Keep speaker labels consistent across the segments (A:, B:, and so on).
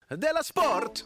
A: Della Sport!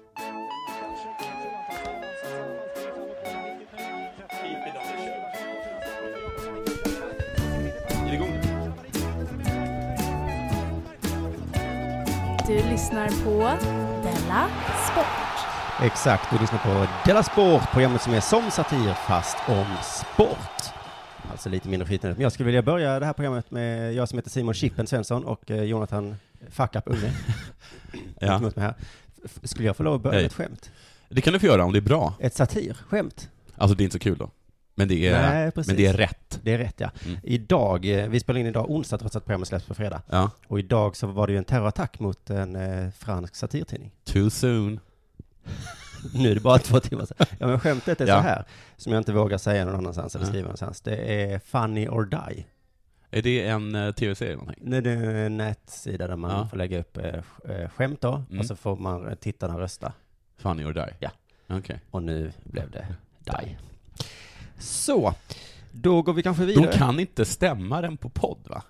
B: Du lyssnar på Della Sport.
C: Exakt, du lyssnar på Della Sport, programmet som är som satir fast om sport. Alltså lite mindre skitnödigt. Men jag skulle vilja börja det här programmet med jag som heter Simon Chippen Svensson och Jonathan Fuck Up Unge.
D: Ja.
C: Här. Skulle jag få lov att börja med ett skämt?
D: Det kan du få göra om det är bra.
C: Ett satirskämt.
D: Alltså det är inte så kul då. Men det är, men det är rätt.
C: Det är rätt, ja. Idag, vi spelar in idag onsdag trots att programmet släpps på fredag.
D: Ja.
C: Och idag så var det ju en terrorattack mot en fransk satirtidning.
D: Too soon.
C: Nu är det bara 2 timmar sedan. Ja, men skämtet är
D: Ja.
C: så här, som jag inte vågar säga någon annanstans eller skriva någonstans. Det är Funny or Die.
D: Är det en tv-serie eller någonting?
C: Det är en nätsida där man får lägga upp skämt då, och så får man tittarna rösta.
D: Funny or Die?
C: Ja.
D: Okay.
C: Och nu blev det Die. Så, då går vi kanske vidare.
D: De kan inte stämma den på podd, va?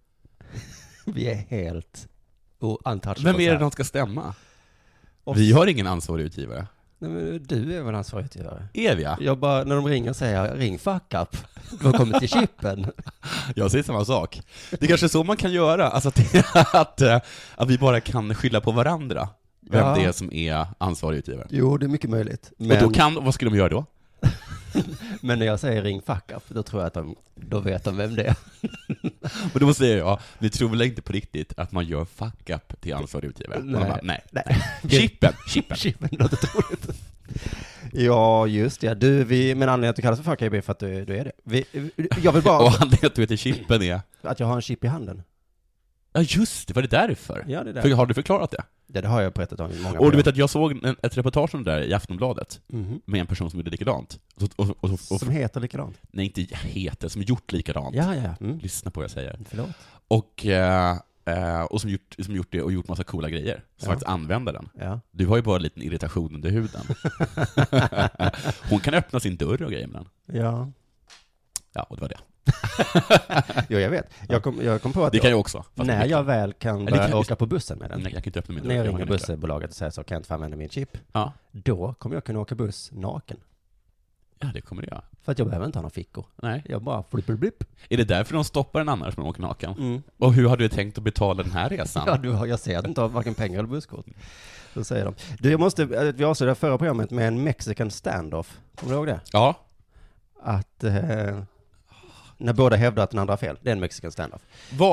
C: Vi är helt untouchable.
D: Vem är det de ska stämma? Vi har ingen ansvarig utgivare.
C: Nej, men du är väl ansvarig utgivare?
D: Är vi, ja?
C: Jag bara, när de ringer säger jag, ring Fuck Up. Du har kommit till chippen.
D: Jag säger samma sak. Det är kanske så man kan göra. Alltså att vi bara kan skylla på varandra. Vem det är som är ansvarig utgivare.
C: Jo, det är mycket möjligt.
D: Men... Och då vad skulle de göra då?
C: Men när jag säger ring Fuck Up, då tror jag att då vet de vem det är.
D: Och då säger jag, ni tror väl inte på riktigt att man gör Fuck Up till ansvarig utgivare?
C: Nej.
D: Chippen.
C: Låter troligt. Ja, just det. Men anledningen att du kallas för Fuck Up är för att du är det. Jag vill bara...
D: Och anledningen att du heter Chippen är?
C: Att jag har en chip i handen.
D: Ja, just det. Var det därför?
C: Ja, det är därför.
D: Har du förklarat det?
C: Ja, det har jag berättat om många.
D: Och du vet att jag såg ett reportage om det där i Aftonbladet med en person som gjorde likadant.
C: Som heter likadant?
D: Nej, inte heter, som gjort likadant.
C: Ja.
D: Lyssna på vad jag säger.
C: Förlåt.
D: Och som gjort det och gjort massa coola grejer. Som faktiskt använder den.
C: Ja.
D: Du har ju bara en liten irritation under huden. Hon kan öppna sin dörr och grejer med den.
C: Ja.
D: Ja, och det var det.
C: Jo, jag vet. Jag kom på att
D: det kan jag också.
C: När jag väl kan börja åka på bussen med den.
D: Nej, jag kan inte öppna min dörr.
C: När jag ringer bussbolaget och säger så kan jag inte få använda min chip.
D: Ja.
C: Då kommer jag kunna åka buss naken.
D: Ja, det kommer du göra.
C: För att jag behöver inte ha några fickor.
D: Nej.
C: Jag bara blip.
D: Är det därför de stoppar en annars när de åker naken? Och hur har du tänkt att betala den här resan?
C: Ja, jag ser att du inte har varken pengar eller busskort. Så säger de. Vi avslutade förra programmet med en Mexican standoff. Kommer du ihåg det?
D: Ja.
C: Att när båda hävdar att den andra har fel. Det är en Mexican standoff.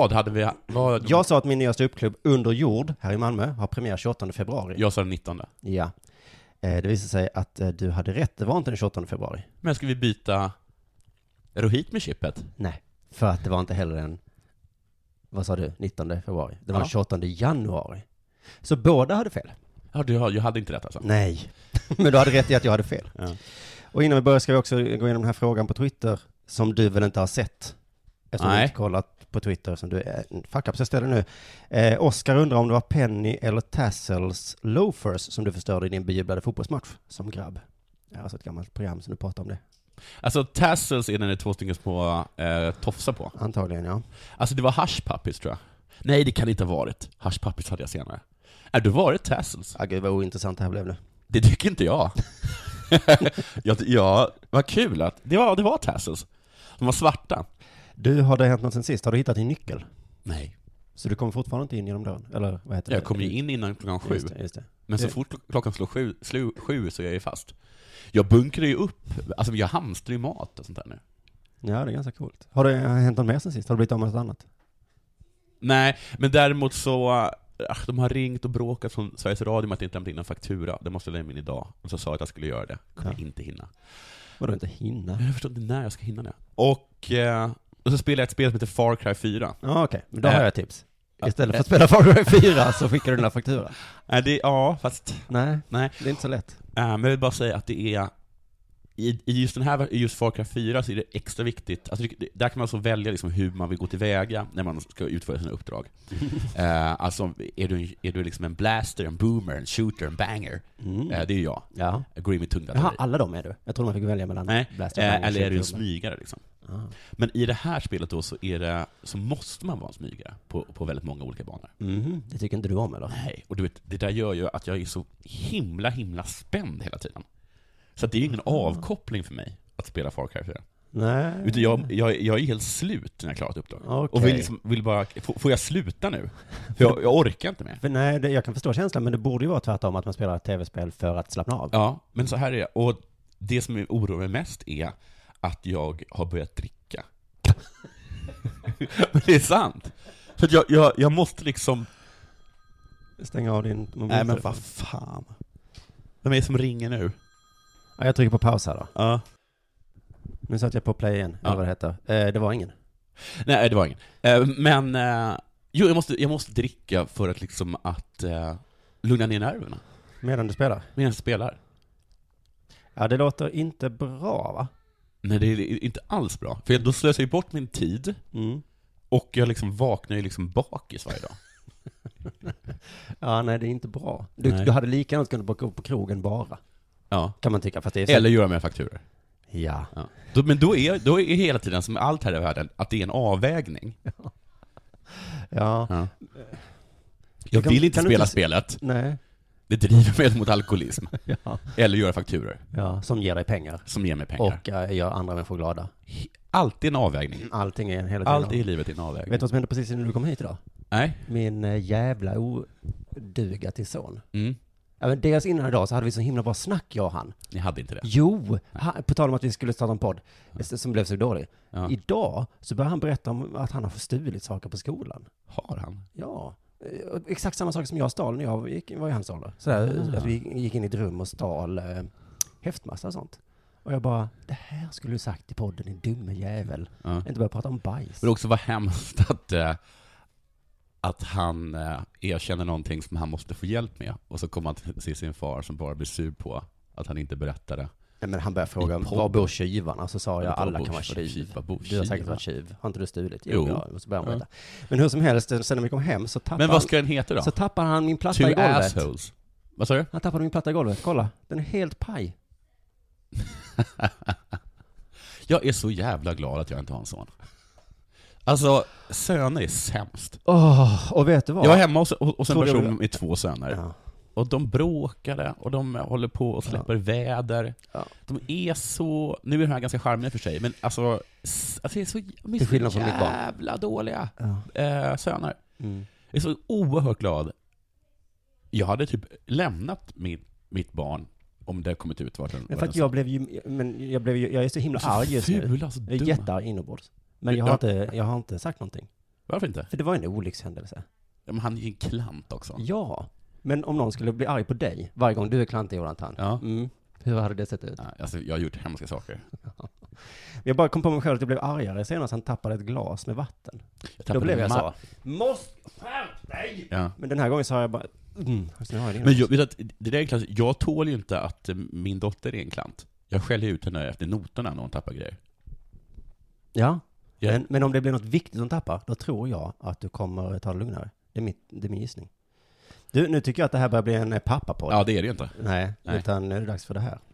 C: Jag sa att min nya ståuppklubb Under jord här i Malmö har premiär 28 februari.
D: Jag sa den 19.
C: Ja. Det visade sig att du hade rätt. Det var inte den 28 februari.
D: Men ska vi byta Rohit med chippet?
C: Nej, för att det var inte heller den, vad sa du, 19 februari. Det var den 28 januari. Så båda hade fel.
D: Ja, jag hade inte rätt alltså.
C: Nej, men du hade rätt i att jag hade fel.
D: Ja.
C: Och innan vi börjar ska vi också gå igenom den här frågan på Twitter som du väl inte har sett. Eftersom du inte kollat på Twitter som du är fuck up, så jag ställer nu. Oskar undrar om det var Penny eller Tassels loafers som du förstörde i din bejublade fotbollsmatch som grabb. Det är alltså ett gammalt program som du pratar om det.
D: Alltså Tassels är när det är 2 stycken små tofsar på.
C: Antagligen, ja.
D: Alltså det var Hush Puppies, tror jag. Nej, det kan inte ha varit. Hush Puppies hade jag senare. Är du varit Tassels?
C: Ja, gud vad ointressant det här blev nu.
D: Det tycker inte jag. Ja, vad kul att det var Tassels. De var svarta.
C: Du, har det hänt något sen sist? Har du hittat din nyckel?
D: Nej.
C: Så du kommer fortfarande inte in genom dörren? Eller vad heter det?
D: Jag kommer ju in innan klockan 7.
C: Just det.
D: Men så fort klockan slår 7 så är jag ju fast. Jag bunkrar ju upp, alltså jag hamstrar ju mat och sånt där nu.
C: Ja, det är ganska coolt. Har det hänt något mer sen sist? Har du blivit av med något annat?
D: Nej, men däremot så de har ringt och bråkat från Sveriges Radio med att inte lämna in en faktura. Det måste jag lämna in idag. Och så sa jag att jag skulle göra det. Kommer inte hinna.
C: Vadå inte hinna?
D: Jag förstår inte när jag ska hinna det. Och så spelar jag ett spel som heter Far Cry 4.
C: Ja, okej. Men då har jag ett tips. Istället för att spela Far Cry 4 så skickar du den här faktura.
D: Fast...
C: Nej, det är inte så lätt.
D: Men jag vill bara säga att det är... I just Far Cry 4 så är det extra viktigt. Alltså där kan man alltså välja liksom hur man vill gå tillväga när man ska utföra sina uppdrag. Alltså är du liksom en blaster, en boomer, en shooter, en banger. Det är jag.
C: Ja.
D: Jag går in med tunga.
C: Jaha, alla de är du. Jag tror man fick välja mellan blaster, banger,
D: eller är du en smygare liksom. Men i det här spelet då så måste man vara en smygare på väldigt många olika banor.
C: Det tycker inte du om, eller?
D: Nej, och du vet, det där gör ju att jag är så himla spänd hela tiden. Så att det är ju ingen avkoppling för mig att spela Far Cry 4.
C: Nej.
D: Utan jag är helt slut när jag klarat uppdrag.
C: Okay.
D: Och vill bara, får jag sluta nu? För jag orkar inte mer.
C: För nej, jag kan förstå känslan, men det borde ju vara tvärtom att man spelar ett tv-spel för att slappna av.
D: Ja, men så här är det. Och det som oroar mig mest är att jag har börjat dricka. Men det är sant. För att jag måste liksom...
C: Stänga av din mobil.
D: Nej, men vad fan. Vem är det som ringer nu?
C: Ja, jag trycker på paus här då.
D: Ja.
C: Nu satt jag på play igen, eller vad det heter. Det var ingen.
D: Nej, det var ingen. Men jag måste dricka för att liksom att lugna ner nerverna.
C: Medan du spelar?
D: Medan jag spelar.
C: Ja, det låter inte bra, va?
D: Nej, det är inte alls bra. För då slösar jag bort min tid. Och jag liksom vaknar ju liksom bakis varje dag.
C: Ja, nej, det är inte bra. Du hade lika gärna kunnat gå på krogen bara.
D: Ja.
C: Kan man tycka. Fast det är så...
D: Eller göra med fakturer.
C: Ja.
D: Men då är hela tiden, som allt här i världen, att det är en avvägning.
C: Ja.
D: Jag vill inte spela spelet.
C: Nej.
D: Det driver mig mot alkoholism.
C: Ja.
D: Eller göra fakturer.
C: Ja, som ger dig pengar.
D: Som ger mig pengar.
C: Och gör andra människor glada.
D: Alltid en avvägning.
C: Allting är hela tiden.
D: Allt i livet är en avvägning.
C: Vet du vad som hände precis innan du kom hit idag?
D: Nej.
C: Min jävla oduga till son. Ja, men dels innan idag så hade vi så himla bra snack, jag och han.
D: Ni hade inte det?
C: Jo, på tal om att vi skulle starta en podd som blev så dålig.
D: Ja.
C: Idag så började han berätta om att han har förstulit saker på skolan.
D: Har han?
C: Ja, exakt samma sak som jag stal när jag var i hans ålder. Sådär, att vi gick in i ett rum och stal häftmassa och sånt. Och jag bara, det här skulle du sagt i podden, din dumme jävel. Inte börja prata om bajs.
D: Men också var hemskt att han erkänner någonting som han måste få hjälp med. Och så kommer han till sin far som bara blir sur på att han inte berättade.
C: Nej, men han började fråga, var bor tjuvarna? Så sa jag, alla kan vara tjuv. Du har säkert varit tjuv. Har inte du stulit? Jo. Ja, och så började han berätta. Men hur som helst, sen när vi kom hem så tappade
D: Men vad ska den heta då?
C: Så tappar han min platta i golvet.
D: Assholes. Vad sa du?
C: Han tappade min platta i golvet. Kolla, den är helt paj.
D: Jag är så jävla glad att jag inte har en son. Alltså, söner är sämst.
C: Och vet du vad?
D: Jag var hemma hos en person med 2 söner.
C: Ja.
D: Och de bråkade och de håller på och släpper väder. Ja. De är så... Nu är de här ganska charmiga för sig, men alltså det är så jävla dåliga söner. Jag är så oerhört glad. Jag hade typ lämnat mitt barn om det kommit ut vart
C: för att jag är så himla arg just nu.
D: Alltså,
C: jag är jättearg inombords. Men jag har inte sagt någonting.
D: Varför inte?
C: För det var en olyckshändelse.
D: Ja, men han är ju en klant också.
C: Ja, men om någon skulle bli arg på dig varje gång du är klantig, Jonathan.
D: Ja.
C: Hur hade det sett ut?
D: Ja, alltså, jag har gjort hemska saker.
C: Jag bara kom på mig själv att jag blev argare senast han tappade ett glas med vatten. Då blev jag så. Måste skärp dig! Ja. Men den här gången så har jag bara...
D: Men jag vet att det där är klart, jag tål ju inte att min dotter är en klant. Jag skäller ut henne efter noterna när hon tappar grejer.
C: Ja. Men om det blir något viktigt som tappar, då tror jag att du kommer ta det lugnare. Det är min gissning. Du, nu tycker jag att det här börjar bli en pappapodd.
D: Ja, det är det ju inte.
C: Nej, utan nu är det dags för det här.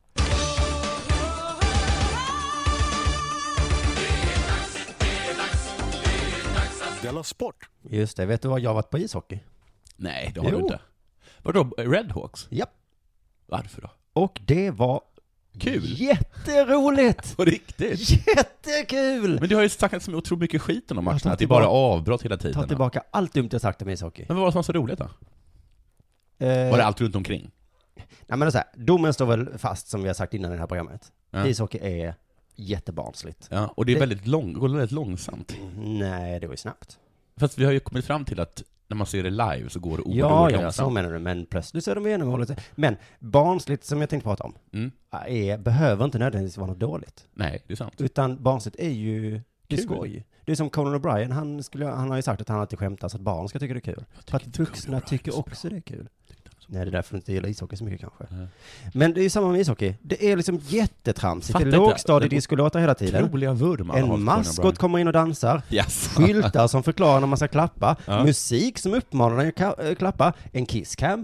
A: Della Sport.
C: Just det, vet du vad jag har varit på ishockey?
D: Nej, det har du inte. Vadå, Redhawks?
C: Japp.
D: Varför då?
C: Och det var
D: kul.
C: Jätteroligt!
D: På riktigt?
C: Jättekul!
D: Men du har ju sagt så otroligt mycket skit om matcherna, att det är bara avbrott hela tiden.
C: Ta tillbaka allt dumt jag sagt om ishockey.
D: Men vad var så roligt då? Var det allt runt omkring?
C: Nej, men så här, domen står väl fast som vi har sagt innan i det här programmet. Ja. Ishockey är jättebarnsligt.
D: Ja, och det är går väldigt långsamt.
C: Nej, det var ju snabbt.
D: Fast vi har ju kommit fram till att när man ser det live så går det oerhört långsamt. Ja, så
C: menar du. Men plötsligt så är de genomhållet. Men barnsligt, som jag tänkte prata om, behöver inte nödvändigtvis vara något dåligt.
D: Nej, det är sant.
C: Utan barnsligt är ju skoj. Det är som Conan O'Brien, han har ju sagt att han alltid skämtar så att barn ska tycka det är kul. För att vuxna tycker också det är kul. Nej, det är därför du inte gillar ishockey så mycket kanske. Men det är ju samma med ishockey. Det är liksom jättetramsigt. Det är lågstadiediskolåtar hela tiden.
D: Troliga vurmar.
C: En maskot kommer in och dansar.
D: Yes.
C: Skyltar som förklarar när man ska klappa. Musik som uppmanar dig att klappa. En kisscam.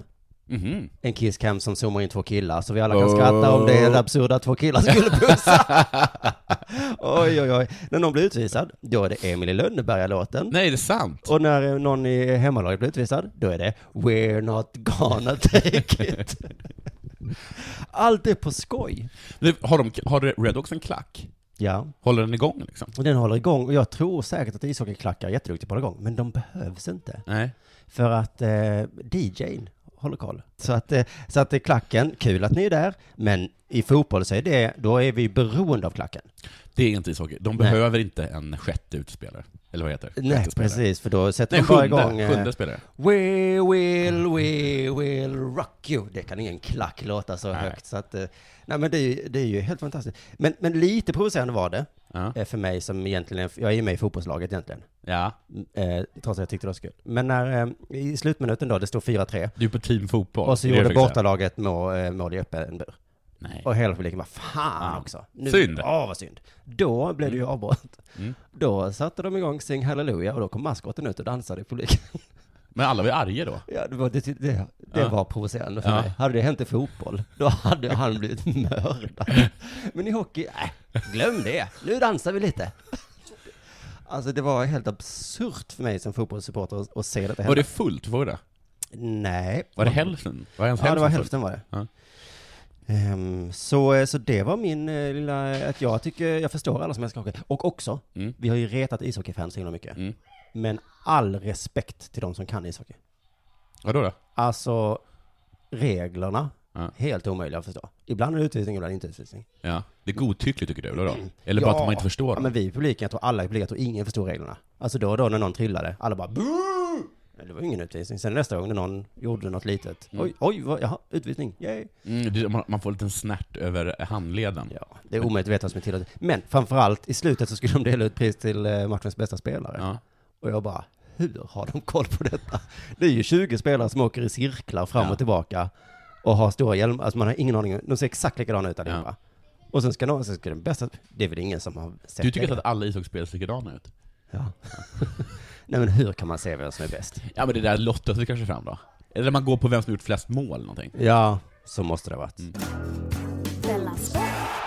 C: En kisscam som zoomar in 2 killar, så vi alla kan skratta om det är absurda 2 killar skulle pussa. Oj. När någon blir utvisad, då är det Emil i Lönneberga-låten.
D: Nej, det är sant.
C: Och när någon i hemmalaget blir utvisad, då är det We're not gonna take it. Allt är på skoj.
D: Har Red Hawks en klack?
C: Ja.
D: Håller den igång liksom?
C: Och den håller igång, och jag tror säkert att ishockeyklackar är jätteduktiga på att hålla igång, men de behövs inte.
D: Nej.
C: För att DJ:n håller koll. Så att det är klacken, kul att ni är där, men i fotboll så är det, då är vi beroende av klacken.
D: Det är inte ishockey. De behöver inte en sjätte utspelare. Eller vad heter det?
C: Nej, precis, för då sätter de bara igång
D: sjunde spelare.
C: We will rock you. Det kan ingen klack låta så högt. Så att, nej, men det är ju helt fantastiskt. Men lite provocerande var det för mig som egentligen, jag är ju med i fotbollslaget egentligen.
D: Ja.
C: Trots att jag tyckte det var skuld. Men när i slutminuten då, det stod 4-3.
D: Du är på teamfotboll.
C: Och så gjorde bortalaget mål i öppen bur.
D: Nej.
C: Och hela publiken var fan också.
D: Synd.
C: Vad synd. Då blev det ju avbrott. Då satte de igång Sing Hallelujah, och då kom maskoten ut och dansade i publiken.
D: Men alla var arga då?
C: Ja, det var provocerande för mig. Hade det hänt i fotboll, då hade han blivit mördad. Men i hockey, glöm det. Nu dansar vi lite. Alltså det var helt absurt för mig som fotbollssupporter att se detta hända.
D: Var det fullt? Var det?
C: Nej.
D: Var det hälften? Var det
C: det var hälften var det.
D: Ja.
C: Så det var min lilla, att jag förstår alla som älskar hockey. Och också, vi har ju retat ishockeyfans så himla mycket. Men all respekt till de som kan ishockey.
D: Vadå då?
C: Alltså, reglerna, helt omöjliga att förstå. Ibland är det utvisning, ibland inte utvisning.
D: Ja, det är godtyckligt tycker du, eller då? Eller bara att man inte förstår?
C: Ja, men vi i publiken, jag tror alla i publiken, jag tror ingen förstår reglerna. Alltså då när någon trillade, alla bara boo! Det var ingen utvisning. Sen nästa gång när någon gjorde något litet. Jaha, utvisning. Yay.
D: Man får en liten snärt över handleden.
C: Ja, det är omöjligt att veta vad som är tillåtet. Men framförallt i slutet så skulle de dela ut pris till matchens bästa spelare. Ja. Och jag bara, hur har de koll på detta? Det är ju 20 spelare som åker i cirklar fram och tillbaka och har stora hjälmar. Alltså man har ingen aning. De ser exakt likadana ut allihopa. Och sen ska den bästa, det är väl ingen som har sett.
D: Du tycker att alla ishockeyspelare ser likadana ut?
C: Ja. Nej, men hur kan man se vem som är bäst?
D: Ja, men det där lottas vi kanske fram då. Eller man går på vem som gjort flest mål eller någonting.
C: Ja, så måste det ha varit.
B: Della Sport.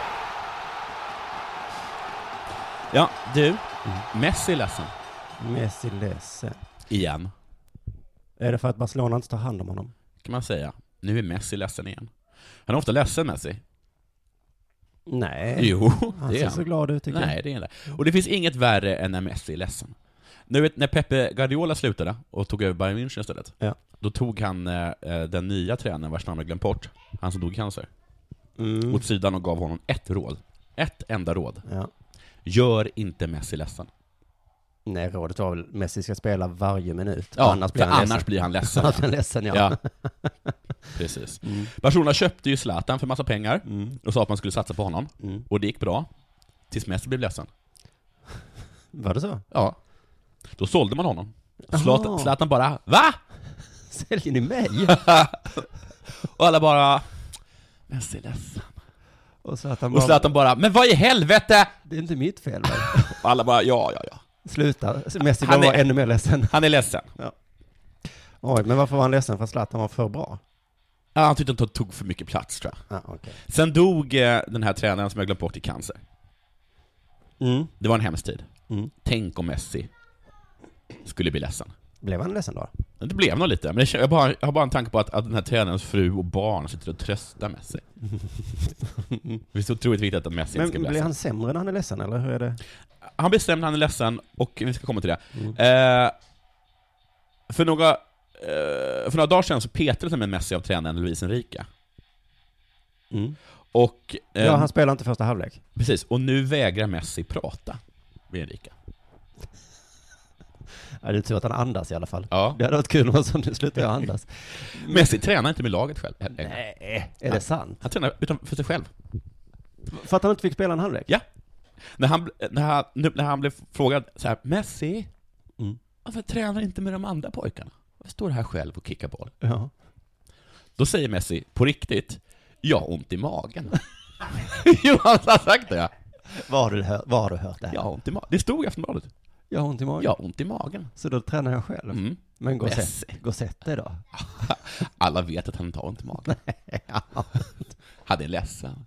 D: Ja, du. Messi är ledsen.
C: Messi ledsen.
D: Igen.
C: Är det för att Barcelona inte tar hand om honom?
D: Kan man säga. Nu är Messi ledsen igen. Han är ofta ledsen, Messi.
C: Nej.
D: Jo,
C: han
D: det är
C: ser
D: han.
C: så glad ut tycker jag.
D: Nej, det är det. Och det finns inget värre än när Messi är ledsen. Nu vet, när Pepe Guardiola slutade och tog över Bayern München istället. Ja. Då tog han den nya tränaren vars namn jag glömt bort. Han som dog i cancer. Åt sidan och gav honom ett råd. Ett enda råd. Ja. Gör inte ledsen.
C: Nej, rådet var väl Messi ska spela varje minut.
D: Ja,
C: annars
D: blir han ledsen.
C: Annars blir han ledsen, ja.
D: Precis. Barcelona köpte ju Zlatan för massa pengar och sa att man skulle satsa på honom. Och det gick bra. Tills Messi blev ledsen.
C: Var det så?
D: Ja. Då sålde man honom. Zlatan bara, va?
C: Säljer ni mig?
D: Och alla bara, Messi är ledsen.
C: Och
D: Zlatan bara, men vad i helvete?
C: Det är inte mitt fel väl?
D: Och alla bara, ja.
C: Sluta. Messi var ännu mer ledsen.
D: Han är ledsen.
C: Ja. Oj, men varför var han ledsen? För att Zlatan var för bra?
D: Ja, han tyckte att han tog för mycket plats, tror jag.
C: Okay.
D: Sen dog den här tränaren som jag glömt bort i cancer. Det var en hemsk tid. Tänk om Messi skulle bli ledsen.
C: Blev han ledsen då?
D: Det blev nog lite. Men jag har bara en tanke på att den här tränarens fru och barn sitter och tröstar Messi. Det är så otroligt viktigt att Messi inte ska bli ledsen. Men
C: blir han sämre när han är ledsen, eller hur är det?
D: Han blir sämre när han är ledsen, och vi ska komma till det. För några dagar sedan så petade sig med Messi av tränaren Luis Enrique. Och,
C: han spelar inte första halvlek.
D: Precis, och nu vägrar Messi prata med Enrique.
C: Ja, det är tur att han andas i alla fall.
D: Ja.
C: Det hade varit kul om han nu slutar jag andas.
D: Messi tränar inte med laget själv.
C: Nej, är det sant?
D: Han tränar utan för sig själv.
C: För att han inte fick spela en halvlek?
D: Ja. När han blev frågad så här, Messi, varför tränar inte med de andra pojkarna? Varför står du här själv och kickar boll?
C: Ja.
D: Då säger Messi, på riktigt, jag har ont i magen. Jo, han har sagt det, ja.
C: Var har du hört det här?
D: Jag har ont i magen. Det stod i Aftonbladet.
C: Jag har ont i magen.
D: Jag har ont i magen.
C: Så då tränar jag själv.
D: Mm.
C: Men gå och sätt dig då.
D: Alla vet att han inte har ont i magen. Han är ledsen.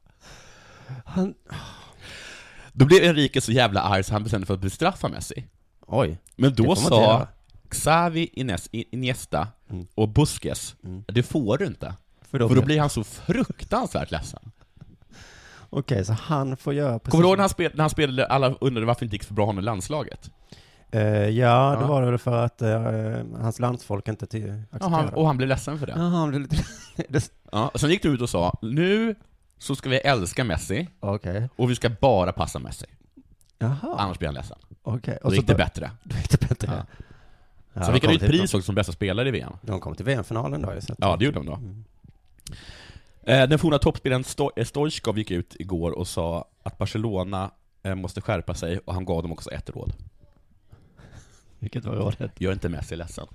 D: Då blev Enrique så jävla arg så han bestämde för att bestraffa Messi.
C: Oj.
D: Men då sa Xavi, Iniesta och Busquets, det får du inte. För då blir han så fruktansvärt ledsen.
C: Okej, så han får göra precis...
D: Kommer du ihåg när han spelade, alla undrade varför det inte gick så bra honom i landslaget?
C: Ja, det var det för att hans landsfolk inte accepterade.
D: Och han blev ledsen för det.
C: Han blev lite...
D: Ja, och sen gick du ut och sa, nu så ska vi älska Messi, och vi ska bara passa Messi.
C: Jaha.
D: Annars blir han ledsen.
C: Okej.
D: Och då gick det bättre.
C: Ja. Ja,
D: så fick han ett pris också som bästa spelare i VM.
C: De kom till VM-finalen då.
D: Ja, det gjorde de då. Den forna toppspelaren Stoichkov gick ut igår och sa att Barcelona måste skärpa sig, och han gav dem också ett råd.
C: Vilket var rådet?
D: Gör inte Messi ledsen.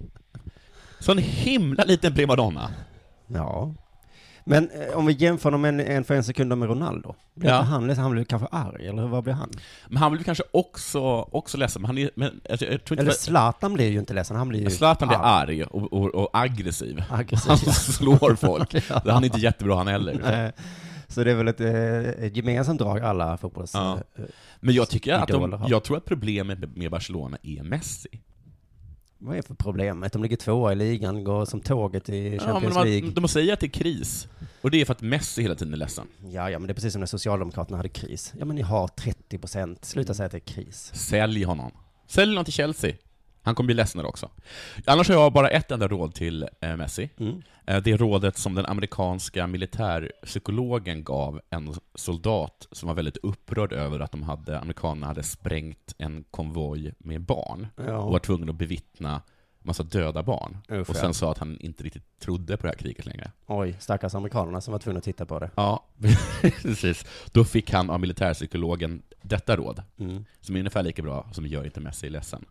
D: Så en himla liten primadonna.
C: Ja. Men om vi jämför dem för en sekund med Ronaldo. Han blev kanske arg, eller vad blir han?
D: Men han blev kanske också ledsen. Men jag tror inte
C: eller Zlatan blir ju inte ledsen, han blir ju
D: Zlatan blir arg och aggressiv. Han
C: ja.
D: slår folk. Ja. Han är inte jättebra han heller.
C: Så det är väl ett gemensamt drag alla fotbolls.
D: Ja. Men jag tycker jag tror att problemet med Barcelona är Messi.
C: Vad är för problemet? De ligger 2 i ligan, går som tåget i Champions League.
D: De säger att det är kris. Och det är för att Messi hela tiden är ledsen.
C: Ja, men det är precis som när Socialdemokraterna hade kris. Ja, men ni har 30%. Sluta säga att det är kris.
D: Sälj honom till Chelsea. Han kommer bli ledsen också. Annars har jag bara ett enda råd till Messi. Det rådet som den amerikanska militärpsykologen gav en soldat som var väldigt upprörd över att amerikanerna hade sprängt en konvoj med barn och var tvungen att bevittna massa döda barn. Och sen sa att han inte riktigt trodde på det här kriget längre.
C: Oj, stackars amerikanerna som var tvungna att titta på det.
D: Ja, precis. Då fick han av militärpsykologen detta råd, som är ungefär lika bra som gör inte Messi ledsen.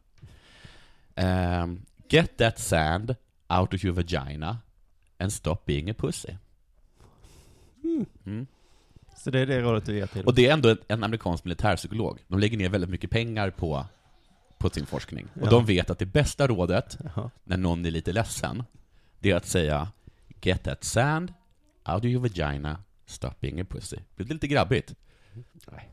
D: Get that sand out of your vagina and stop being a pussy.
C: Så det är det rådet du ger till.
D: Och det är ändå en amerikansk militärpsykolog. De lägger ner väldigt mycket pengar på sin forskning. Och de vet att det bästa rådet när någon är lite ledsen, det är att säga get that sand out of your vagina, stop being a pussy. Det blir lite grabbigt.
C: Nej.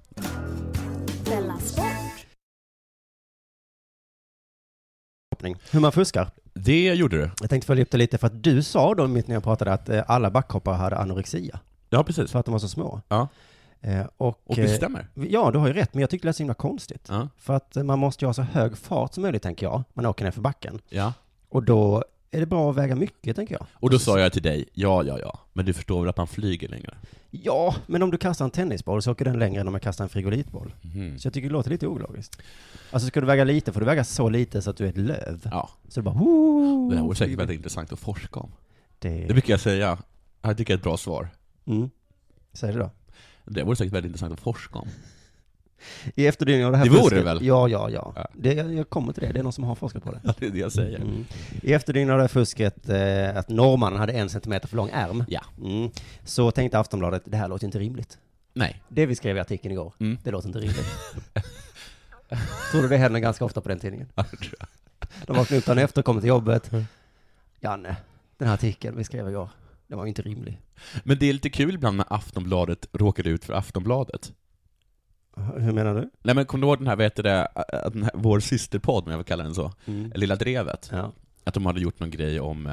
C: Hur man fuskar.
D: Det gjorde du.
C: Jag tänkte följa upp det lite för att du sa då mitt när jag pratade att alla backhoppare hade anorexia.
D: Ja, precis.
C: För att de var så små.
D: Ja. Och det stämmer.
C: Ja, du har ju rätt, men jag tycker det är så himla konstigt.
D: Ja.
C: För att man måste ju ha så hög fart som möjligt, tänker jag. Man åker ner för backen.
D: Ja.
C: Och då är det bra att väga mycket, tänker jag.
D: Och då sa jag till dig, ja. Men du förstår väl att man flyger längre?
C: Ja, men om du kastar en tennisboll så åker den längre än om jag kastar en frigolitboll. Så jag tycker det låter lite ologiskt. Alltså ska du väga lite, får du väga så lite så att du är ett löv.
D: Ja.
C: Så det bara...
D: Det här vore säkert väldigt intressant att forska om. Det brukar jag säga. Jag tycker det är ett bra svar.
C: Säg det då.
D: Det vore säkert väldigt intressant att forska om.
C: I efterdyningar av det här
D: det
C: fusket.
D: Vore det väl?
C: Ja. Jag kommer till det. Det är någon som har forskat på det.
D: Ja, det är det jag säger.
C: I efterdyningar av det här fusket att norrmannen hade 1 centimeter för lång ärm.
D: Ja.
C: Så tänkte Aftonbladet, det här låter inte rimligt.
D: Nej.
C: Det vi skrev i artikeln igår, det låter inte rimligt. Tror du det händer ganska ofta på den tidningen?
D: Ja, det tror jag.
C: De vaknade upp dagen efter, kommer till jobbet. Janne, den här artikeln vi skrev igår, den var inte rimlig.
D: Men det är lite kul ibland när Aftonbladet råkar ut för Aftonbladet.
C: Hur menar du?
D: Nej, men kommer du ihåg den här, vår systerpodd, om jag vill kalla den så, Lilla Drevet?
C: Ja.
D: Att de hade gjort någon grej om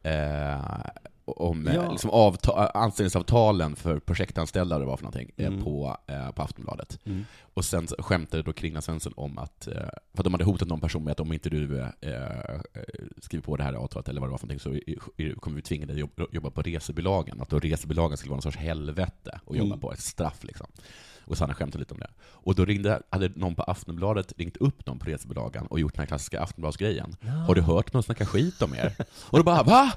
D: liksom anställningsavtalen för projektanställda eller vad för någonting på Aftonbladet. Och sen skämtade då Kringlan Svensson om att för att de hade hotat någon person med att om inte du skriver på det här avtalet eller vad det var för någonting så kommer vi tvinga dig att jobba på resebolagen. Att då resebolagen skulle vara någon sorts helvete och jobba på ett straff liksom. Och Sanna skämtade lite om det. Och då hade någon på Aftonbladet ringt upp dem på resebolagen och gjort den här klassiska Aftonbladsgrejen. Ja. Har du hört någon snacka skit om er? Och då bara, va?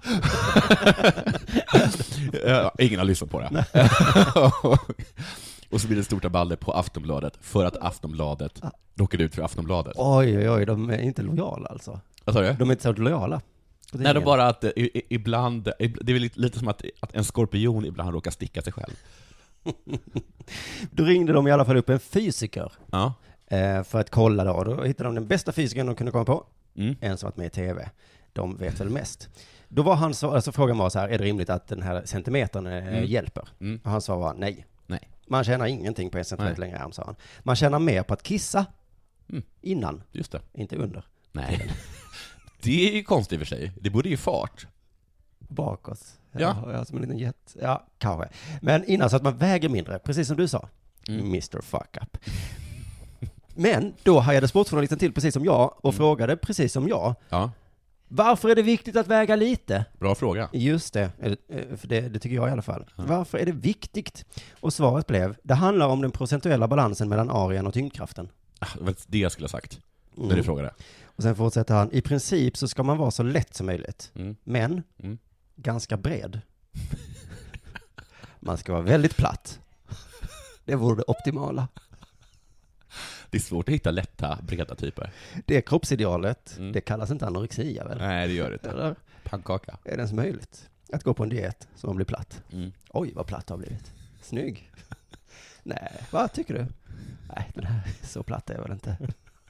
D: Ingen har lyssnat på det. Och så blir det stort rabalder på Aftonbladet för att Aftonbladet råkade ut för Aftonbladet.
C: Oj, de är inte lojala alltså.
D: Vad sa du?
C: De är inte så lojala.
D: Nej, det är bara att ibland, det är lite som att en skorpion ibland råkar sticka sig själv.
C: Då ringde de i alla fall upp en fysiker.
D: Ja.
C: För att kolla då hittade de den bästa fysikern de kunde komma på.
D: Mm.
C: En som varit med i tv. De vet väl mest. Då var han så, alltså frågan var så här, är det rimligt att den här centimetern hjälper? Och han sa nej. Man tjänar ingenting på en centimeter längre arm, sa han. Man tjänar mer på att kissa innan.
D: Just det.
C: Inte under.
D: Nej. Det är ju konstigt i och för sig. Det borde ju fart.
C: Bakåt.
D: Ja.
C: Som en liten jet. Ja, kanske. Men innan, så att man väger mindre, precis som du sa. Mr. Fuck Up. Men då hajade sportjournalisten till precis som jag och frågade precis som jag.
D: Ja.
C: Varför är det viktigt att väga lite?
D: Bra fråga.
C: Just det, för det tycker jag i alla fall. Varför är det viktigt? Och svaret blev, det handlar om den procentuella balansen mellan arean och tyngdkraften.
D: Det var det jag skulle ha sagt när du frågade.
C: Och sen fortsätter han, i princip så ska man vara så lätt som möjligt. Men ganska bred. Man ska vara väldigt platt. Det vore det optimala.
D: Det är svårt att hitta lätta, breda typer.
C: Det är kroppsidealet. Det kallas inte anorexia väl?
D: Nej, det gör det inte.
C: Eller?
D: Pannkaka.
C: Är det ens möjligt att gå på en diet som man blir platt? Oj, vad platt har blivit. Snygg. Nej, vad tycker du? Nej, den här så platt är väl inte.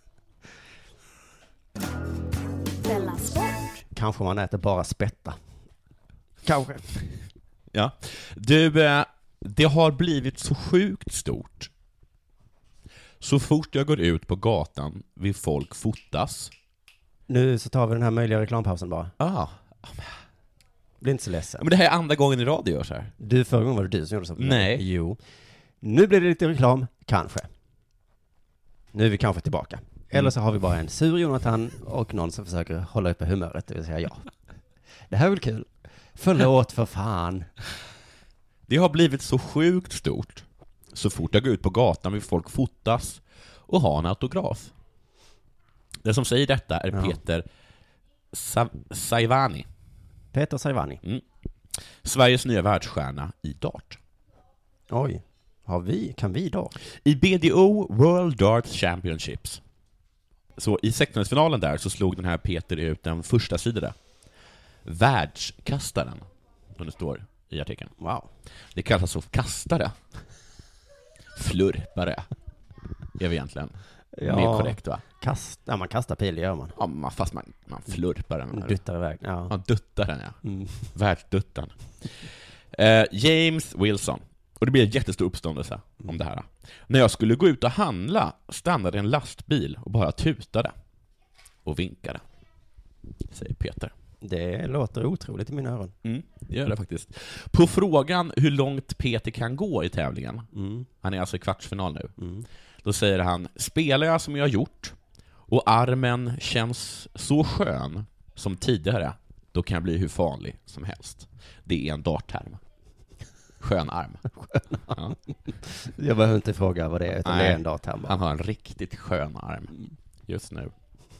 B: Della Sport.
C: Kanske man äter bara spätta. Kanske.
D: Ja. Du, det har blivit så sjukt stort. Så fort jag går ut på gatan vill folk fotas.
C: Nu så tar vi den här möjliga reklampausen bara. Blir inte så ledsen.
D: Men det här är andra gången i rad det görs här.
C: Du, förra gången var det du som gjorde så.
D: Nej.
C: Jo. Nu blir det lite reklam, kanske. Nu är vi kanske tillbaka. Eller så har vi bara en sur Jonathan och någon som försöker hålla uppe humöret, det vill säga jag. Det här är väl kul. Förlåt för fan.
D: Det har blivit så sjukt stort. Så fort jag går ut på gatan vill folk fotas och ha en autograf. Den som säger detta är Peter Saivani.
C: Peter Saivani.
D: Sveriges nya världsstjärna i dart.
C: Oj, kan vi då?
D: I BDO World Dart Championships. Så i sextonfinalen där så slog den här Peter ut den första sidan. Världskastaren, som det står i artikeln.
C: Wow.
D: Det kallas alltså kastare. Flurpare är vi egentligen mer korrekt, va?
C: Man kastar pil, gör man.
D: Ja, fast man flurpar den.
C: Duttar iväg. Ja.
D: Man duttar den, ja. Världsduttan. James Wilson. Och det blir en jättestor uppståndelse om det här. När jag skulle gå ut och handla stannade en lastbil och bara tutade och vinkade, säger Peter.
C: Det låter otroligt i mina öron.
D: Det gör det faktiskt. På frågan hur långt Peter kan gå i tävlingen, han är alltså i kvartsfinal nu, då säger han, spelar jag som jag har gjort och armen känns så skön som tidigare, då kan jag bli hur farlig som helst. Det är en dartterm. Skön arm. Ja.
C: Jag behöver inte fråga vad det är, utan det är en dartterm.
D: Han har en riktigt skön arm just nu.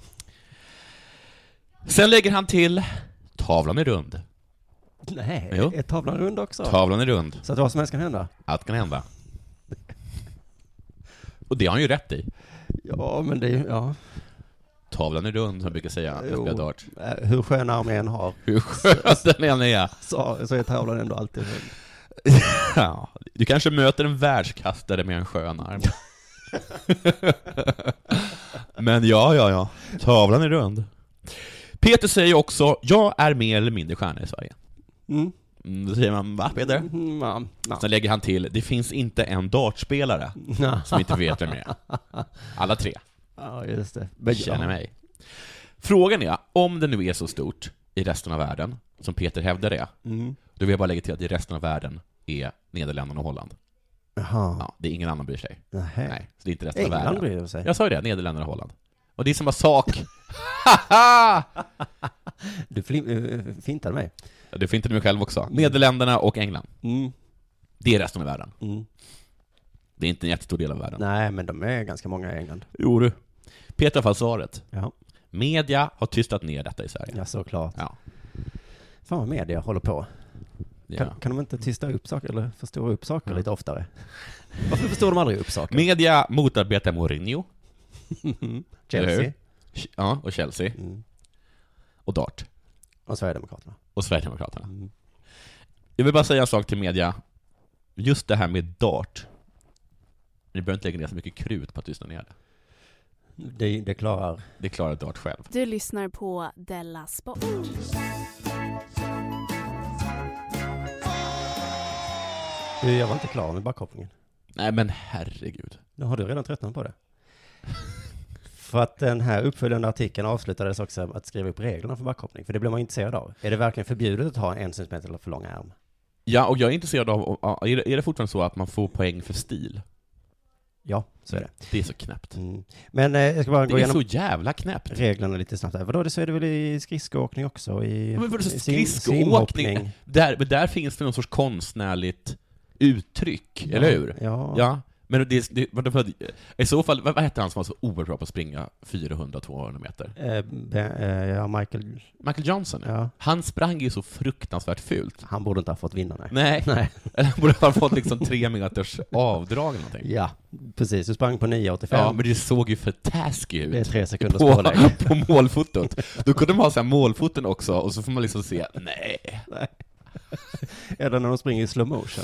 D: Sen lägger han till, tavlan är rund.
C: Nej,
D: jo.
C: Är tavlan rund också?
D: Tavlan är rund.
C: Så att vad som helst kan hända?
D: Allt kan hända. Och det har han ju rätt i.
C: Ja, men det är ja.
D: Tavlan är rund, som jag brukar säga. Jag spelar dart.
C: Hur skön arm än har.
D: Hur skön den än är.
C: Så är tavlan ändå alltid rund.
D: Ja, du kanske möter en världskastare med en skön arm. Men ja. Tavlan är rund. Peter säger också, jag är mer eller mindre stjärna i Sverige. Då säger man, va Peter? Sen lägger han till, det finns inte en dartspelare som inte vet vem det är. Alla tre.
C: Ja, just det.
D: Känner mig. Frågan är, om det nu är så stort i resten av världen, som Peter hävdar det, då vill jag bara lägga till att i resten av världen är Nederländerna och Holland. Ja, det är ingen annan bryr sig. Nej, så det är inte resten
C: England
D: av världen.
C: Bryr sig.
D: Jag sa ju det, Nederländerna och Holland. Och det är samma sak.
C: Du fintade mig.
D: Ja, du fintade mig själv också. Nederländerna och England. Det är resten av världen. Det är inte en jättestor del av världen.
C: Nej, men de är ganska många i England.
D: Jo du. Peter har fått svaret.
C: Ja.
D: Media har tystat ner detta i Sverige.
C: Ja, såklart.
D: Ja.
C: Fan vad media håller på.
D: Ja.
C: Kan de inte tysta upp saker eller förstora upp saker lite oftare? Varför förstår de aldrig upp saker?
D: Media motarbetar Mourinho.
C: Chelsea.
D: Ja, och Chelsea. Och dart.
C: Och Sverigedemokraterna.
D: Jag vill bara säga en sak till media. Just det här med dart. Ni behöver inte lägga ner så mycket krut på att tysta ner det.
C: Det klarar.
D: Det klarar Dart själv.
B: Du lyssnar på Della Sport.
C: Jag var inte klar med backhopningen.
D: Nej, men herregud.
C: Nu har du redan tröttnat på det. För att den här uppföljande artikeln avslutades också med att skriva upp reglerna för backhoppning. För det blir man intresserad av. Är det verkligen förbjudet att ha en centimeter eller för lång arm?
D: Ja, och jag är intresserad av, är det fortfarande så att man får poäng för stil?
C: Ja, så är det.
D: Det är så knäppt.
C: Men jag ska bara gå igenom
D: så jävla knäppt.
C: reglerna lite snabbt här. Vadå, det så är det väl i skridskoåkning också?
D: Men skridskoåkning? Där finns det någon sorts konstnärligt uttryck, eller hur?
C: Ja.
D: Men i så fall, vad heter han som var så oerhört bra på att springa 400-200 meter? Michael Johnson.
C: Ja.
D: Han sprang ju så fruktansvärt fult.
C: Han borde inte ha fått vinna,
D: Nej. Han borde ha fått liksom 3 meters avdrag eller någonting.
C: Ja, precis. Du sprang på 9,85.
D: Ja, men det såg ju för taskig ut.
C: Det är 3 sekunders pålägg.
D: På målfotot. Då kunde man ha så här målfoten också, och så får man liksom se, nej.
C: Eller när de springer i slow motion.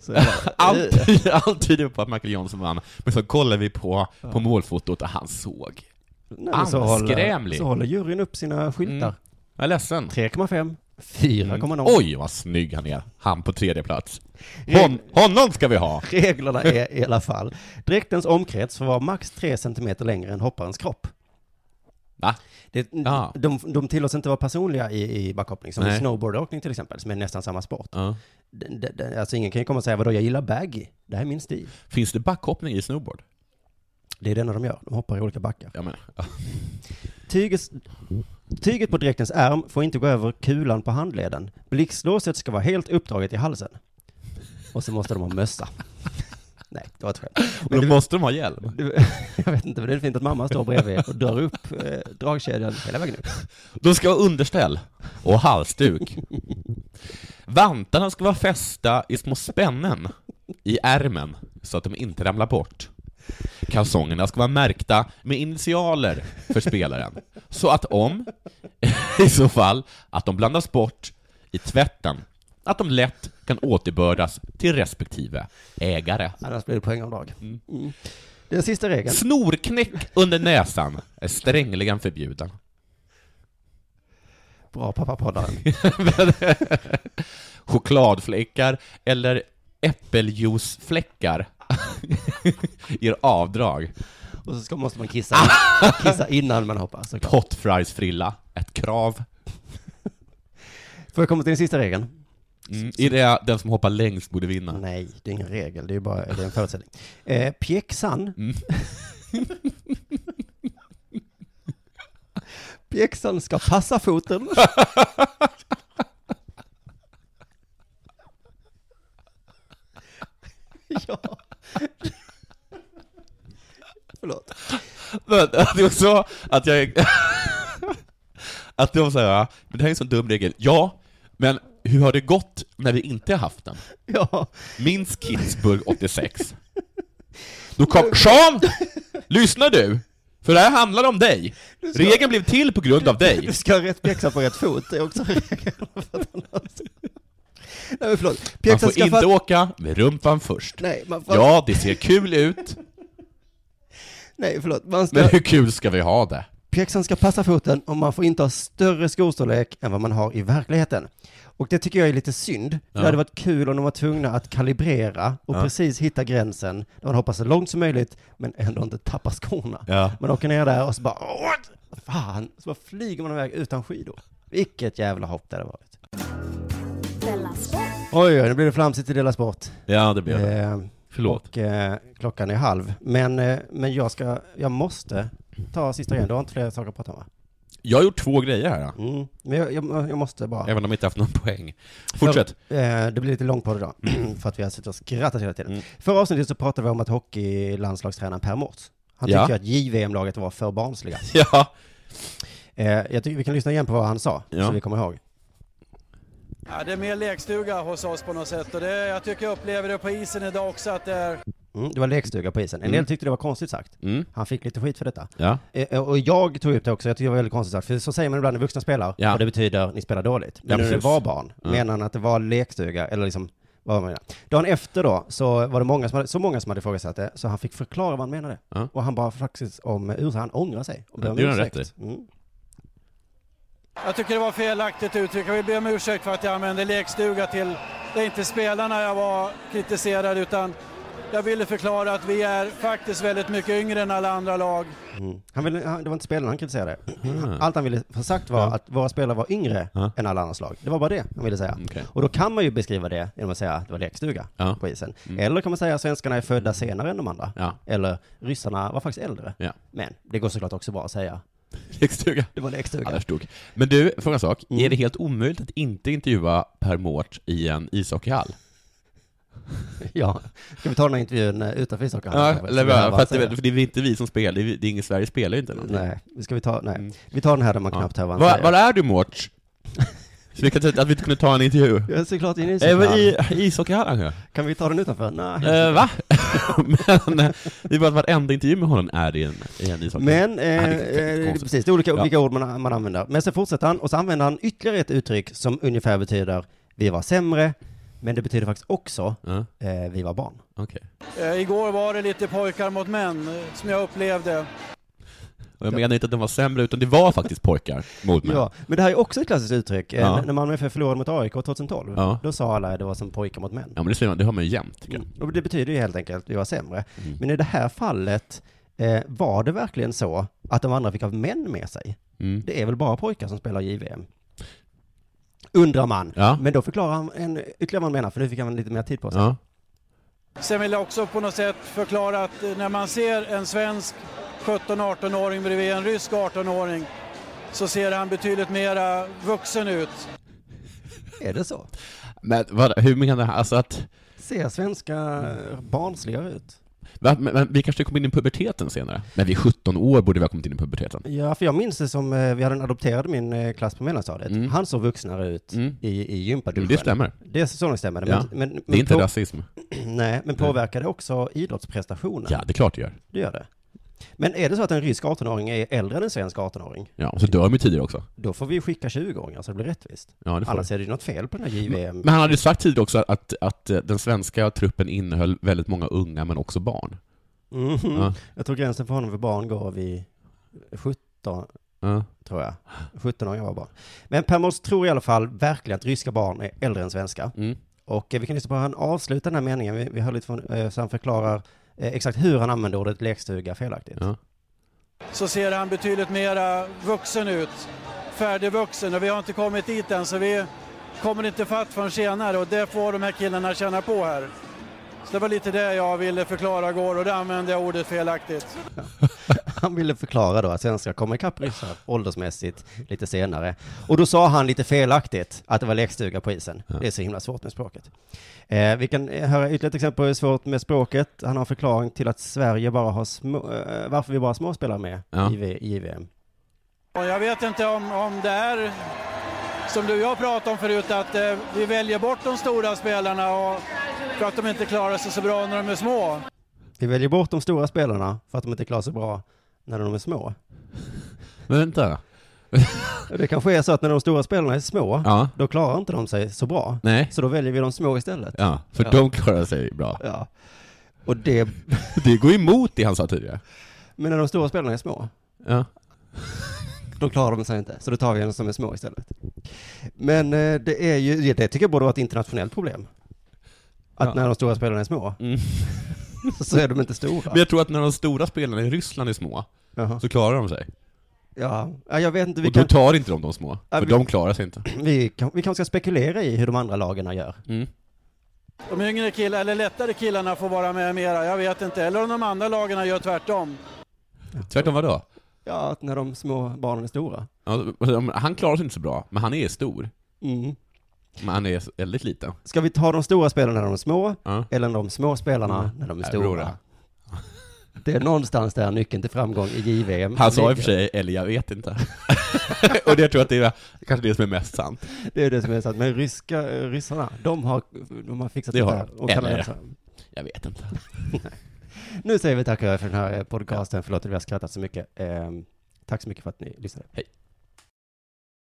D: Allt tyder på att Michael Johnson vann. Men så kollar vi på målfotot och han såg anskrämlig.
C: Så håller juryn upp sina skyltar.
D: Jag är ledsen.
C: 3,5, 4,0.
D: Oj, vad snygg han är. Han på 3:e plats. Honom ska vi ha.
C: Reglerna är i alla fall: dräktens omkrets får vara max 3 centimeter längre än hopparens kropp.
D: Va?
C: De tillåts inte vara personliga i backhoppning, som i snowboardåkning till exempel, som är nästan samma sport. Alltså ingen kan ju komma och säga, vadå, jag gillar baggy, det här är min stil.
D: Finns det backhoppning i snowboard?
C: Det är det enda de gör, de hoppar i olika backar.
D: Ja.
C: Tyget på dräktens ärm får inte gå över kulan på handleden. Blixtlåset ska vara helt uppdraget i halsen. Och så måste de ha mössa. Nej, det var ett skämt.
D: Men då måste de ha hjälm.
C: Jag vet inte, men det är fint att mamma står bredvid och drar upp dragkedjan hela vägen upp.
D: De ska ha underställ och halsduk. Vantarna ska vara fästa i små spännen i ärmen så att de inte ramlar bort. Kalsongerna ska vara märkta med initialer för spelaren, så att i så fall, att de blandas bort i tvätten, att de lätt kan återbördas till respektive ägare.
C: Annars blir det poängavdrag. Det är den sista regeln.
D: Snorknäck under näsan är strängligen förbjuden.
C: Bra pappapoddaren.
D: Chokladfläckar eller äppeljuicefläckar ger avdrag.
C: Och så måste man kissa innan man hoppar.
D: Potfries-frilla, ett krav.
C: Får jag komma till den sista regeln?
D: Är det den som hoppar längst borde vinna?
C: Nej, det är ingen regel, det är en förutsättning. Pjäxan. Pjäxan ska passa foten. Ja. Förlåt.
D: Men det är så att att de säger, men det här är en sån dum regel. Ja, men hur har det gått när vi inte har haft den?
C: Ja.
D: Minns Kitzburg 86. Då kom Sean! Lyssnar du? För det här handlar om dig. Regeln blev till på grund av dig.
C: Du ska ha rätt pjäxa på rätt fot. Det är också regeln. Nej, förlåt.
D: Man får inte åka med rumpan först.
C: Nej,
D: Ja, det ser kul ut.
C: Nej, förlåt.
D: Men hur kul ska vi ha det?
C: Pjäxan ska passa foten och man får inte ha större skostorlek än vad man har i verkligheten. Och det tycker jag är lite synd. Det hade varit kul om de var tvungna att kalibrera och precis hitta gränsen där man hoppas så långt som möjligt men ändå inte tappa skorna.
D: Ja.
C: Man åker ner där och så bara fan, så bara flyger man iväg utan skidor. Vilket jävla hopp det hade varit.
B: Della Sport.
C: Oj, nu blir det flamsigt i Della Sport.
D: Ja, det blir det. Förlåt.
C: Och klockan är 12:30. Men jag måste ta sista grejen. Du har inte fler saker att prata om, va?
D: Jag har gjort 2 grejer här.
C: Men jag måste bara...
D: Även om jag inte haft någon poäng. Fortsätt.
C: Det blir lite långt på det idag. För att vi har suttit och skrattat hela tiden. Förra avsnittet så pratade vi om att hockeylandslagstränaren Per Mårts. Han tycker att JVM-laget var för barnsliga.
D: Ja.
C: Jag tycker vi kan lyssna igen på vad han sa. Så vi kommer ihåg.
E: Ja, det är mer lekstuga hos oss på något sätt. Och jag tycker jag upplever det på isen idag också att det är...
C: Det var lekstuga på isen. En del tyckte det var konstigt sagt. Han fick lite skit för detta. Ja. Och jag tog upp det också. Jag tyckte det var väldigt konstigt sagt. För så säger man ibland när vuxna spelar. Ja. Och det betyder att ni spelar dåligt. Men när det var barn. Menar han att det var lekstuga? Eller liksom, vad man menar. Dagen efter då så var det många som hade ifrågasatt det, så han fick förklara vad han menade.
D: Ja.
C: Och han bara faktiskt han ångrar sig. Och
D: det gör han rätt i.
E: Jag tycker det var felaktigt uttryck. Jag vill be om ursäkt för att jag använde lekstuga till... Det är inte spelarna jag var kritiserad, utan jag ville förklara att vi är faktiskt väldigt mycket yngre än alla andra lag.
C: Det var inte spelarna han kritiserade. Allt han ville ha sagt var att våra spelare var yngre än alla andra lag. Det var bara det han ville säga.
D: Okay.
C: Och då kan man ju beskriva det genom att säga att det var lekstuga på isen. Eller kan man säga att svenskarna är födda senare än de andra. Eller ryssarna var faktiskt äldre. Men det går såklart också bra att säga
D: lekstuga.
C: Det var lekstuga.
D: Ja, stod. Men du, fråga en sak. Är det helt omöjligt att inte intervjua Per Mårts i en ishockeyhall?
C: Ja, ska vi ta den här intervjun utanför ishockeyhallen?
D: Ja, eller för det är inte vi som spelar, det är ingen Sverige spelar ju inte någonting.
C: Nej, vi tar den här där man knappt hör vad
D: han säger. Var är du, Mårts? Så vi kan säga att vi inte kunde ta en intervju.
C: Ja, såklart i en ishockeyhall.
D: I ishockeyhallen, ja.
C: Kan vi ta den utanför? Nej.
D: Va? Men det är bara att varenda intervju med honom är i en ishockeyhall.
C: Men, precis, det är olika vilka ord man använder. Men så fortsätter han, och så använder han ytterligare ett uttryck som ungefär betyder vi var sämre, men det betyder faktiskt också vi var barn.
D: Okay.
E: Igår var det lite pojkar mot män som jag upplevde.
D: Och jag menar inte att de var sämre, utan det var faktiskt pojkar mot män.
C: Ja, men det här är också ett klassiskt uttryck. När Malmö FF förlorade mot AIK 2012, då sa alla att det var som pojkar mot män.
D: Ja, men det har man ju jämt, tycker jag.
C: Och det betyder ju helt enkelt att vi var sämre. Men i det här fallet var det verkligen så att de andra fick av män med sig. Det är väl bara pojkar som spelar JVM. Undrar man. Ja. Men då förklarar han ytterligare vad han menar, för nu fick han lite mer tid på sig.
D: Ja.
E: Sen vill jag också på något sätt förklara att när man ser en svensk 17-18-åring bredvid en rysk 18-åring så ser han betydligt mera vuxen ut.
C: Är det så?
D: Men hur menar han? Alltså att...
C: Ser svenska barnsligare ut?
D: Men vi kanske kommer in i puberteten senare. Men vi är 17 år borde vi ha kommit in i puberteten.
C: Ja, för jag minns det som vi hade adopterat min klass på mellanstadiet. Han såg vuxnare ut i gympaduschen.
D: Det stämmer.
C: Det är så stämmer.
D: Ja. Men det är inte rasism.
C: Nej, men påverkar det också idrottsprestationen?
D: Ja, det är klart det gör.
C: Det gör det. Men är det så att en rysk 18-åring är äldre än en svensk 18-åring?
D: Ja, och så dör de ju tidigare också.
C: Då får vi skicka 20-åringar så det blir rättvist.
D: Ja,
C: annars är det ju något fel på den här JVM.
D: Men han hade ju sagt tidigare också att den svenska truppen innehöll väldigt många unga men också barn.
C: Ja. Jag tror gränsen för honom för barn går vid 17, tror jag. 17 år jag var barn. Men Per Mårts tror i alla fall verkligen att ryska barn är äldre än svenska. Och vi kan lyssna på han avslutar den här meningen. Vi hör lite från, så han förklarar exakt hur han använder ordet lekstuga felaktigt. Ja.
E: Så ser han betydligt mera vuxen ut. Färdigvuxen. Och vi har inte kommit dit än, så vi kommer inte fatt förrän senare. Och det får de här killarna känna på här. Så det var lite det jag ville förklara igår, och då använde jag ordet felaktigt.
C: Han ville förklara då att svenskar kommer ikapp ryssar åldersmässigt lite senare. Och då sa han lite felaktigt att det var lekstuga på isen. Ja. Det är så himla svårt med språket. Vi kan höra ytterligare ett exempel på hur svårt med språket. Han har en förklaring till att Sverige bara har varför vi bara små spelar med i JVM.
E: Och jag vet inte om det är som du och jag pratade om förut, att vi väljer bort de stora spelarna och för att de inte klarar sig så bra när de är små.
C: Vi väljer bort de stora spelarna för att de inte klarar sig bra när de är små.
D: Men vänta.
C: Det kanske är så att när de stora spelarna är små, då klarar inte de sig så bra.
D: Nej.
C: Så då väljer vi de små istället.
D: Ja, för de klarar sig bra.
C: Ja. Och det
D: går emot det han sa tidigare.
C: Men när de stora spelarna är små, då klarar de sig inte. Så då tar vi en som är små istället. Men det är ju, det tycker jag borde vara ett internationellt problem. Att när de stora spelarna är små, så är de inte stora.
D: Men jag tror att när de stora spelarna i Ryssland är små, så klarar de sig.
C: Ja, jag vet inte.
D: Och då tar inte de små, för de klarar sig inte.
C: Vi kanske ska spekulera i hur de andra lagarna gör.
E: De yngre killarna, eller lättare killarna, får vara med mera, jag vet inte. Eller om de andra lagarna gör tvärtom.
D: Tvärtom vad då?
C: Ja, att när de små barnen är stora.
D: Ja, han klarar sig inte så bra, men han är stor. Men han är väldigt liten.
C: Ska vi ta de stora spelarna när de är små, eller de små spelarna när de är stora? Det är någonstans där nyckeln till framgång i JVM.
D: Han sa i och för sig, eller jag vet inte. Och det tror jag att det är kanske det som är mest sant.
C: Det är det som är sant. Men ryssarna, de har fixat det här. Och
D: jag vet inte.
C: Nu säger vi tack för den här podcasten. Förlåt att vi har skrattat så mycket. Tack så mycket för att ni lyssnade.
D: Hej.